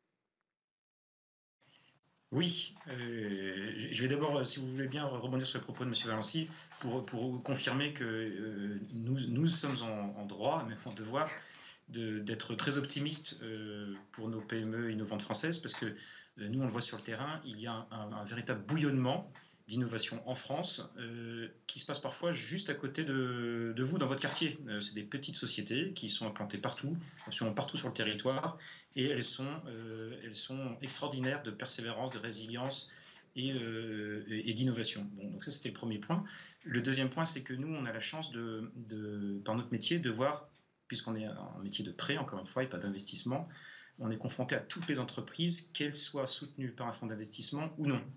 Oui. Euh, je vais d'abord, si vous voulez bien, rebondir sur les propos de M. Valency pour, pour confirmer que euh, nous, nous sommes en, en droit, même en devoir, de, d'être très optimistes euh, pour nos P M E innovantes françaises, parce que euh, nous, on le voit sur le terrain, il y a un, un, un véritable bouillonnement d'innovation en France euh, qui se passe parfois juste à côté de, de vous dans votre quartier. Euh, c'est des petites sociétés qui sont implantées partout, absolument partout sur le territoire, et elles sont, euh, elles sont extraordinaires de persévérance, de résilience et, euh, et, et d'innovation. Bon, donc ça, c'était le premier point. Le deuxième point, c'est que nous, on a la chance, de, de, par notre métier, de voir, puisqu'on est un métier de prêt, encore une fois, et pas d'investissement, on est confronté à toutes les entreprises, qu'elles soient soutenues par un fonds d'investissement ou non.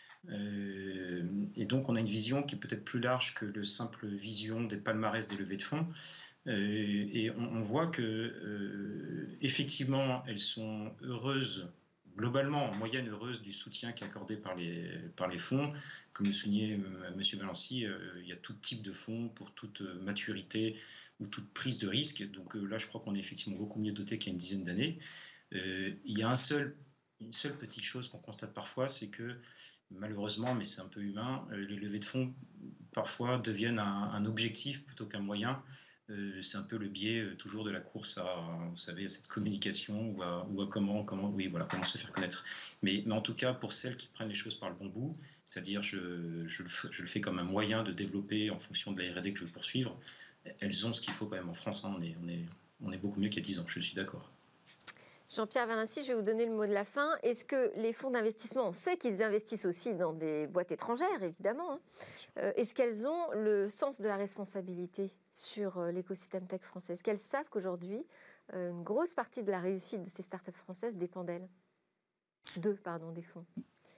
Euh, et donc on a une vision qui est peut-être plus large que le simple vision des palmarès des levées de fonds, euh, et on, on voit que euh, effectivement elles sont heureuses, globalement en moyenne heureuses du soutien qui est accordé par les, par les fonds. Comme le soulignait euh, M. Valency, euh, il y a tout type de fonds pour toute maturité ou toute prise de risque, donc euh, là je crois qu'on est effectivement beaucoup mieux doté qu'il y a une dizaine d'années. Euh, il y a un seul, une seule petite chose qu'on constate parfois, c'est que malheureusement, mais c'est un peu humain, les levées de fonds parfois deviennent un, un objectif plutôt qu'un moyen. Euh, c'est un peu le biais euh, toujours de la course à, vous savez, à cette communication ou à, ou à comment, comment, oui, voilà, comment se faire connaître. Mais, mais en tout cas, pour celles qui prennent les choses par le bon bout, c'est-à-dire je, je, je le fais comme un moyen de développer en fonction de la R et D que je veux poursuivre, elles ont ce qu'il faut quand même en France. Hein, on, est, on, est, on est beaucoup mieux qu'il y a dix ans, je suis d'accord. Jean-Pierre Valency, je vais vous donner le mot de la fin. Est-ce que les fonds d'investissement, on sait qu'ils investissent aussi dans des boîtes étrangères, évidemment, hein. euh, est-ce qu'elles ont le sens de la responsabilité sur euh, l'écosystème tech français ? Est-ce qu'elles savent qu'aujourd'hui, euh, une grosse partie de la réussite de ces startups françaises dépend d'elles ? D'eux, pardon, des fonds.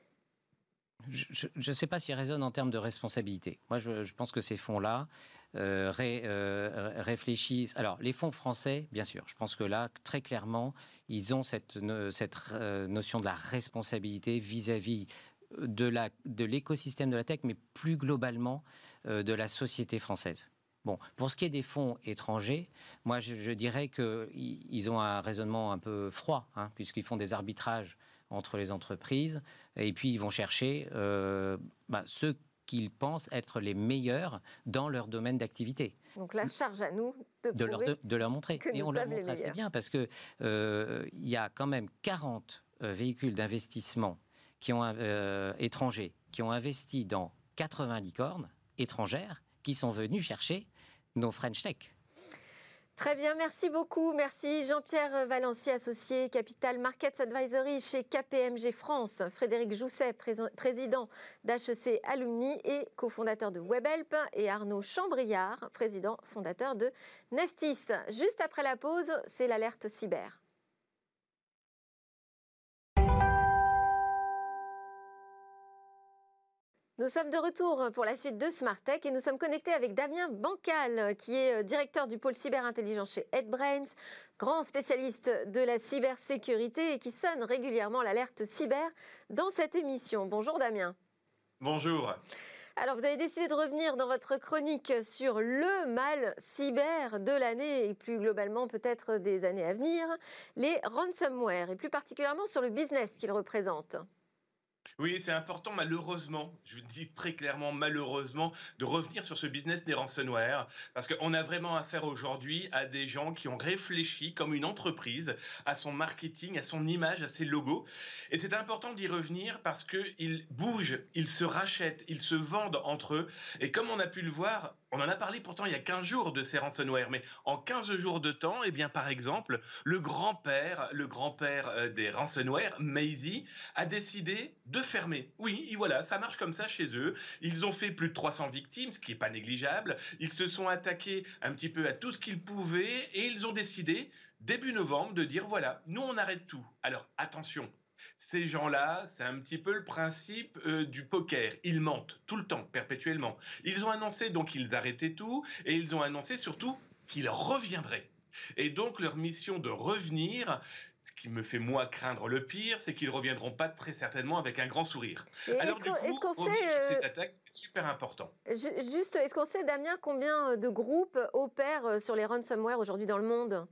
Je ne sais pas s'ils raisonnent en termes de responsabilité. Moi, je, je pense que ces fonds-là euh, ré, euh, réfléchissent. Alors, les fonds français, bien sûr, je pense que là, très clairement, ils ont cette, cette notion de la responsabilité vis-à-vis de, la, de l'écosystème de la tech, mais plus globalement euh, de la société française. Bon, pour ce qui est des fonds étrangers, moi, je, je dirais qu'ils ont un raisonnement un peu froid, hein, puisqu'ils font des arbitrages entre les entreprises, et puis ils vont chercher euh, bah, ceux qu'ils pensent être les meilleurs dans leur domaine d'activité. Donc la charge à nous de, de, leur, de, de leur montrer. Que et on leur montre assez bien, parce qu'il euh, y a quand même quarante euh, véhicules d'investissement qui ont, euh, étrangers qui ont investi dans quatre-vingts licornes étrangères qui sont venus chercher nos French Tech. Très bien, merci beaucoup. Merci Jean-Pierre Valency, associé Capital Markets Advisory chez K P M G France. Frédéric Jousset, président d'H E C Alumni et cofondateur de Webhelp. Et Arnaud Chambriard, président fondateur de Neftis. Juste après la pause, c'est l'alerte cyber. Nous sommes de retour pour la suite de Smart Tech et nous sommes connectés avec Damien Bancal, qui est directeur du pôle cyberintelligence chez HeadBrains, grand spécialiste de la cybersécurité et qui sonne régulièrement l'alerte cyber dans cette émission. Bonjour Damien. Bonjour. Alors, vous avez décidé de revenir dans votre chronique sur le mal cyber de l'année et plus globalement peut-être des années à venir, les ransomware, et plus particulièrement sur le business qu'ils représentent. Oui, c'est important, malheureusement, je dis très clairement malheureusement, de revenir sur ce business des ransomware, parce qu'on a vraiment affaire aujourd'hui à des gens qui ont réfléchi comme une entreprise à son marketing, à son image, à ses logos. Et c'est important d'y revenir parce qu'ils bougent, ils se rachètent, ils se vendent entre eux. Et comme on a pu le voir, on en a parlé pourtant il y a quinze jours de ces ransomware, mais en quinze jours de temps, eh bien, par exemple, le grand-père, le grand-père des ransomware, Maisy, a décidé de fermer. Oui, et voilà, ça marche comme ça chez eux. Ils ont fait plus de trois cents victimes, ce qui n'est pas négligeable. Ils se sont attaqués un petit peu à tout ce qu'ils pouvaient et ils ont décidé, début novembre, de dire voilà, nous on arrête tout. Alors attention, ces gens-là, c'est un petit peu le principe euh, du poker. Ils mentent tout le temps, perpétuellement. Ils ont annoncé donc qu'ils arrêtaient tout et ils ont annoncé surtout qu'ils reviendraient. Et donc leur mission de revenir, ce qui me fait moi craindre le pire, c'est qu'ils ne reviendront pas très certainement avec un grand sourire. Et Alors est-ce du qu'on, coup, est-ce qu'on revenir sait, sur euh, ces attaques, c'est super important. ju- juste, est-ce qu'on sait, Damien, combien de groupes opèrent sur les ransomware aujourd'hui dans le monde?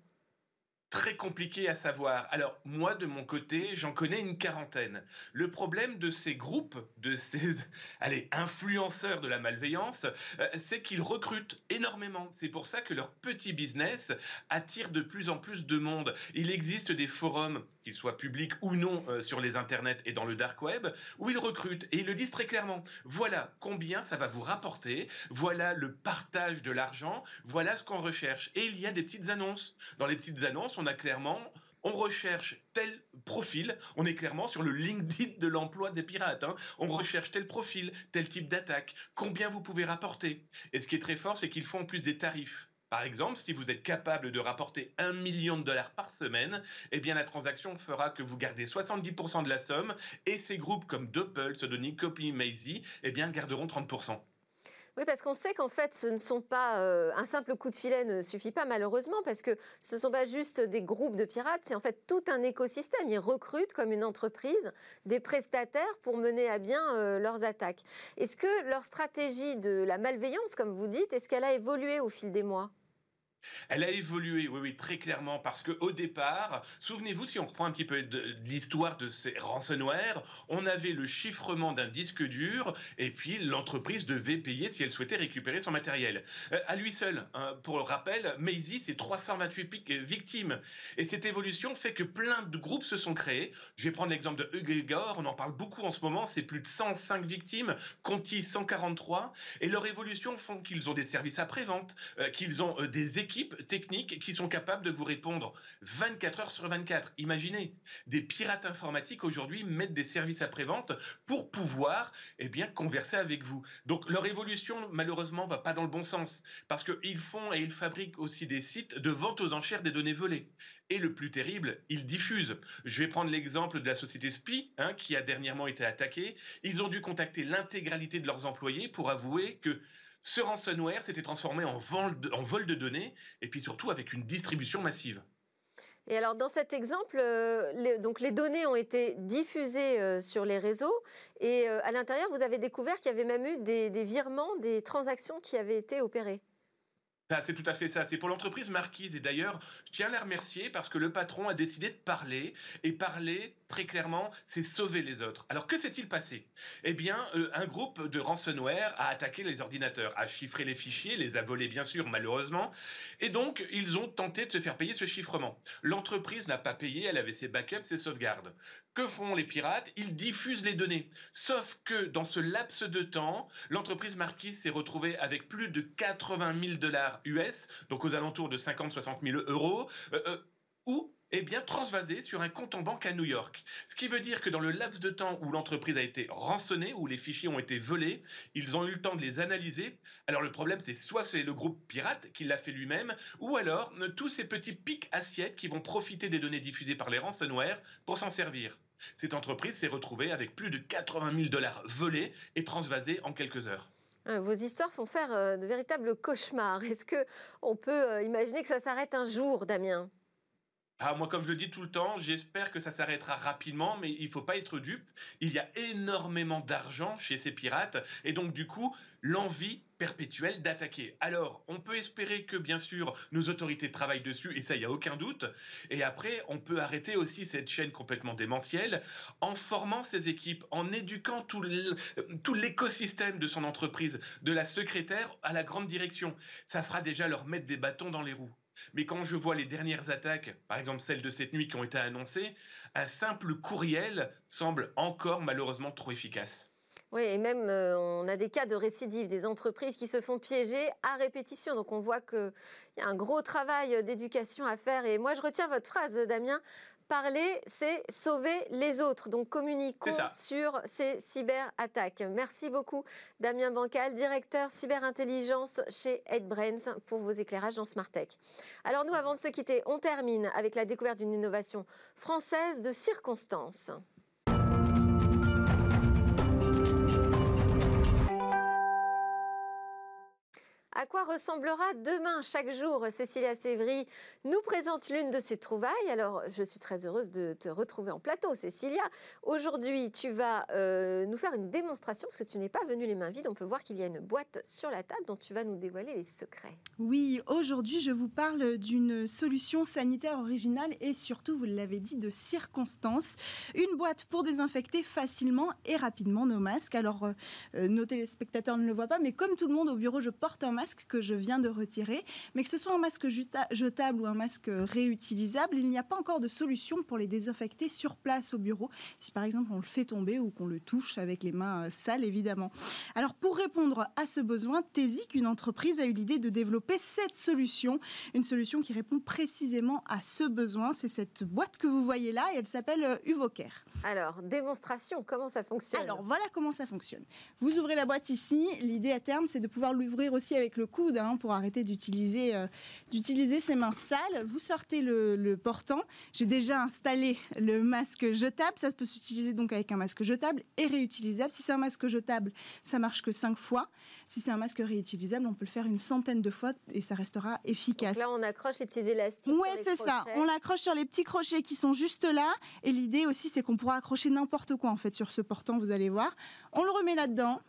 Très compliqué à savoir. Alors, moi, de mon côté, j'en connais une quarantaine. Le problème de ces groupes, de ces allez, influenceurs de la malveillance, euh, c'est qu'ils recrutent énormément. C'est pour ça que leur petit business attire de plus en plus de monde. Il existe des forums, qu'ils soient publics ou non, euh, sur les internets et dans le dark web, où ils recrutent. Et ils le disent très clairement. Voilà combien ça va vous rapporter. Voilà le partage de l'argent. Voilà ce qu'on recherche. Et il y a des petites annonces. Dans les petites annonces, on a clairement, on recherche tel profil, on est clairement sur le LinkedIn de l'emploi des pirates, hein. On recherche tel profil, tel type d'attaque, combien vous pouvez rapporter. Et ce qui est très fort, c'est qu'ils font en plus des tarifs. Par exemple, si vous êtes capable de rapporter un million de dollars par semaine, eh bien la transaction fera que vous gardez soixante-dix pour cent de la somme et ces groupes comme Doppel, Pseudonic, Copy, Maisy, eh bien garderont trente pour cent. Oui, parce qu'on sait qu'en fait, ce ne sont pas euh, un simple coup de filet ne suffit pas malheureusement, parce que ce ne sont pas juste des groupes de pirates, c'est en fait tout un écosystème. Ils recrutent comme une entreprise des prestataires pour mener à bien euh, leurs attaques. Est-ce que leur stratégie de la malveillance, comme vous dites, est-ce qu'elle a évolué au fil des mois ? Elle a évolué, oui, oui, très clairement, parce qu'au départ, souvenez-vous, si on reprend un petit peu de, de l'histoire de ces ransomware, on avait le chiffrement d'un disque dur, et puis l'entreprise devait payer si elle souhaitait récupérer son matériel. Euh, à lui seul, hein, pour le rappel, Maisy, c'est trois cent vingt-huit victimes. Et cette évolution fait que plein de groupes se sont créés. Je vais prendre l'exemple de Eugregor, on en parle beaucoup en ce moment, c'est plus de cent cinq victimes, Conti cent quarante-trois, et leur évolution font qu'ils ont des services après-vente, euh, qu'ils ont euh, des équipes techniques qui sont capables de vous répondre vingt-quatre heures sur vingt-quatre. Imaginez, des pirates informatiques aujourd'hui mettent des services après-vente pour pouvoir eh bien, converser avec vous. Donc leur évolution, malheureusement, ne va pas dans le bon sens parce qu'ils font et ils fabriquent aussi des sites de vente aux enchères des données volées. Et le plus terrible, ils diffusent. Je vais prendre l'exemple de la société Spi, hein, qui a dernièrement été attaquée. Ils ont dû contacter l'intégralité de leurs employés pour avouer que ce ransomware s'était transformé en vol, de, en vol de données et puis surtout avec une distribution massive. Et alors dans cet exemple, euh, les, donc les données ont été diffusées euh, sur les réseaux et euh, à l'intérieur, vous avez découvert qu'il y avait même eu des, des virements, des transactions qui avaient été opérées. C'est tout à fait ça. C'est pour l'entreprise Marquise. Et d'ailleurs, je tiens à la remercier parce que le patron a décidé de parler. Et parler, très clairement, c'est sauver les autres. Alors, que s'est-il passé? Eh bien, euh, un groupe de ransomware a attaqué les ordinateurs, a chiffré les fichiers, les a volés, bien sûr, malheureusement. Et donc, ils ont tenté de se faire payer ce chiffrement. L'entreprise n'a pas payé, elle avait ses backups, ses sauvegardes. Que font les pirates? Ils diffusent les données. Sauf que dans ce laps de temps, l'entreprise Marquise s'est retrouvée avec plus de quatre-vingt mille dollars U S, donc aux alentours de cinquante à soixante mille euros, euh, euh, ou eh bien transvasé sur un compte en banque à New York. Ce qui veut dire que dans le laps de temps où l'entreprise a été rançonnée, où les fichiers ont été volés, ils ont eu le temps de les analyser. Alors le problème, c'est soit c'est le groupe pirate qui l'a fait lui-même, ou alors euh, tous ces petits pics assiettes qui vont profiter des données diffusées par les ransomware pour s'en servir. Cette entreprise s'est retrouvée avec plus de quatre-vingt mille dollars volés et transvasés en quelques heures. Vos histoires font faire euh, de véritables cauchemars. Est-ce qu'on peut euh, imaginer que ça s'arrête un jour, Damien ? Ah, moi, comme je le dis tout le temps, j'espère que ça s'arrêtera rapidement, mais il ne faut pas être dupe. Il y a énormément d'argent chez ces pirates, et donc du coup, l'envie perpétuelle d'attaquer. Alors, on peut espérer que, bien sûr, nos autorités travaillent dessus, et ça, il n'y a aucun doute. Et après, on peut arrêter aussi cette chaîne complètement démentielle en formant ces équipes, en éduquant tout l'- tout l'écosystème de son entreprise, de la secrétaire à la grande direction. Ça sera déjà leur mettre des bâtons dans les roues. Mais quand je vois les dernières attaques, par exemple celles de cette nuit qui ont été annoncées, un simple courriel semble encore malheureusement trop efficace. Oui, et même euh, on a des cas de récidive, des entreprises qui se font piéger à répétition. Donc on voit qu'il y a un gros travail d'éducation à faire. Et moi, je retiens votre phrase, Damien. Parler, c'est sauver les autres. Donc communiquons sur ces cyberattaques. Merci beaucoup, Damien Bancal, directeur cyberintelligence chez HeadBrains, pour vos éclairages dans Smart Tech. Alors nous, avant de se quitter, on termine avec la découverte d'une innovation française de circonstance. À quoi ressemblera demain chaque jour? Cécilia Sévry nous présente l'une de ses trouvailles. Alors, je suis très heureuse de te retrouver en plateau, Cécilia. Aujourd'hui, tu vas euh, nous faire une démonstration, parce que tu n'es pas venue les mains vides. On peut voir qu'il y a une boîte sur la table dont tu vas nous dévoiler les secrets. Oui, aujourd'hui, je vous parle d'une solution sanitaire originale et surtout, vous l'avez dit, de circonstance. Une boîte pour désinfecter facilement et rapidement nos masques. Alors, euh, nos téléspectateurs ne le voient pas, mais comme tout le monde au bureau, je porte un masque que je viens de retirer, mais que ce soit un masque jetable ou un masque réutilisable, il n'y a pas encore de solution pour les désinfecter sur place au bureau, si par exemple on le fait tomber ou qu'on le touche avec les mains sales, évidemment. Alors pour répondre à ce besoin, Tezik, une entreprise, a eu l'idée de développer cette solution, une solution qui répond précisément à ce besoin. C'est cette boîte que vous voyez là et elle s'appelle Uvocare. Alors, démonstration, comment ça fonctionne? Alors voilà comment ça fonctionne. Vous ouvrez la boîte ici, l'idée à terme c'est de pouvoir l'ouvrir aussi avec le coude hein, pour arrêter d'utiliser euh, d'utiliser ses mains sales. Vous sortez le, le portant. J'ai déjà installé le masque jetable. Ça peut s'utiliser donc avec un masque jetable et réutilisable. Si c'est un masque jetable, ça marche que cinq fois. Si c'est un masque réutilisable, on peut le faire une centaine de fois et ça restera efficace. Donc là, on accroche les petits élastiques. Oui, c'est ça. On l'accroche sur les petits crochets qui sont juste là. Et l'idée aussi, c'est qu'on pourra accrocher n'importe quoi en fait sur ce portant. Vous allez voir. On le remet là-dedans.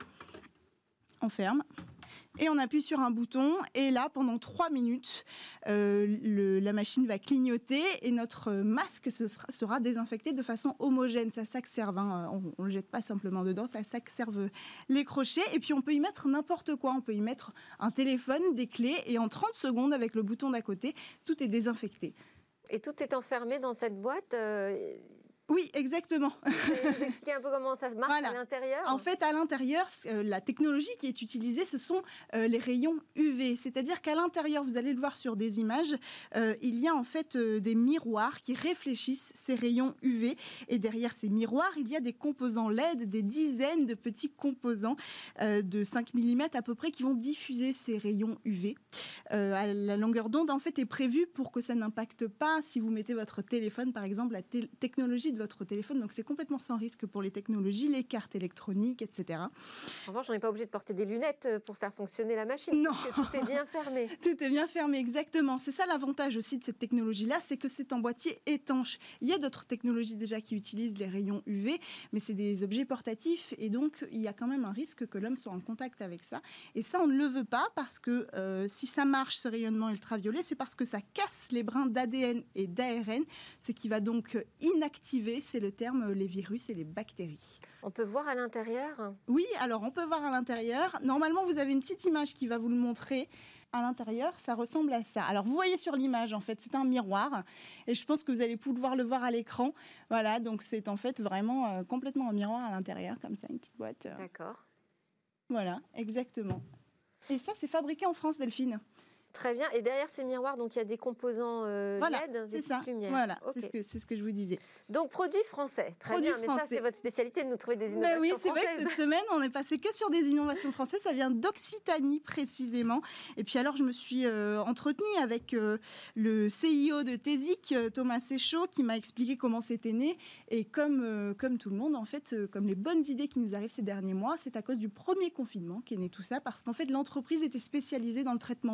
On ferme. Et on appuie sur un bouton et là, pendant trois minutes, euh, le, la machine va clignoter et notre masque se sera, sera désinfecté de façon homogène. Ça s'acserve, hein. On ne le jette pas simplement dedans, ça s'acserve les crochets. Et puis on peut y mettre n'importe quoi. On peut y mettre un téléphone, des clés et en trente secondes, avec le bouton d'à côté, tout est désinfecté. Et tout est enfermé dans cette boîte euh... Oui, exactement. Vous expliquez un peu comment ça marche voilà. à l'intérieur? En fait, à l'intérieur, euh, la technologie qui est utilisée, ce sont euh, les rayons U V. C'est-à-dire qu'à l'intérieur, vous allez le voir sur des images, euh, il y a en fait euh, des miroirs qui réfléchissent ces rayons U V. Et derrière ces miroirs, il y a des composants L E D, des dizaines de petits composants euh, de cinq millimètres à peu près qui vont diffuser ces rayons U V. Euh, à la longueur d'onde, en fait, est prévue pour que ça n'impacte pas, si vous mettez votre téléphone, par exemple, la te- technologie de votre téléphone, donc c'est complètement sans risque pour les technologies, les cartes électroniques, et cetera. En revanche, on n'est pas obligé de porter des lunettes pour faire fonctionner la machine. Non, tout est bien fermé. Tout est bien fermé, exactement. C'est ça l'avantage aussi de cette technologie-là, c'est que c'est en boîtier étanche. Il y a d'autres technologies déjà qui utilisent les rayons U V, mais c'est des objets portatifs et donc il y a quand même un risque que l'homme soit en contact avec ça. Et ça, on ne le veut pas parce que euh, si ça marche, ce rayonnement ultraviolet, c'est parce que ça casse les brins d'A D N et d'A R N, ce qui va donc inactiver, c'est le terme, les virus et les bactéries. On peut voir à l'intérieur? Oui, alors on peut voir à l'intérieur. Normalement, vous avez une petite image qui va vous le montrer. À l'intérieur, ça ressemble à ça. Alors, vous voyez sur l'image, en fait, c'est un miroir. Et je pense que vous allez pouvoir le voir à l'écran. Voilà, donc c'est en fait vraiment euh, complètement un miroir à l'intérieur, comme ça, une petite boîte. D'accord. Voilà, exactement. Et ça, c'est fabriqué en France, Delphine. Très bien. Et derrière ces miroirs, donc il y a des composants euh, voilà, L E D, des ça. petites lumières. Voilà, okay. c'est, ce que, c'est ce que je vous disais. Donc produit français. Très produit bien. français. Mais ça, c'est votre spécialité de nous trouver des innovations ben oui, c'est françaises. vrai que cette semaine, on est passé que sur des innovations françaises. Ça vient d'Occitanie précisément. Et puis alors, je me suis euh, entretenue avec euh, le C I O de Tezik, Thomas Séchaud, qui m'a expliqué comment c'était né. Et comme euh, comme tout le monde, en fait, euh, comme les bonnes idées qui nous arrivent ces derniers mois, c'est à cause du premier confinement qu'est né tout ça, parce qu'en fait, l'entreprise était spécialisée dans le traitement de l'eau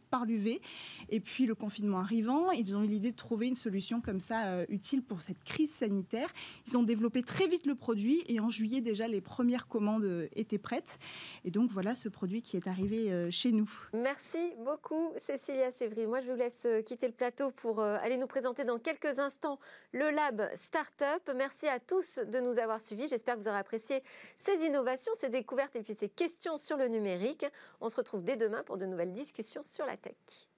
par l'U V. Et puis le confinement arrivant, ils ont eu l'idée de trouver une solution comme ça euh, utile pour cette crise sanitaire. Ils ont développé très vite le produit et en juillet déjà les premières commandes étaient prêtes. Et donc voilà ce produit qui est arrivé euh, chez nous. Merci beaucoup Cécilia Sévry. Moi je vous laisse quitter le plateau pour euh, aller nous présenter dans quelques instants le Lab Startup. Merci à tous de nous avoir suivis. J'espère que vous aurez apprécié ces innovations, ces découvertes et puis ces questions sur le numérique. On se retrouve dès demain pour de nouvelles discussions sur la tech.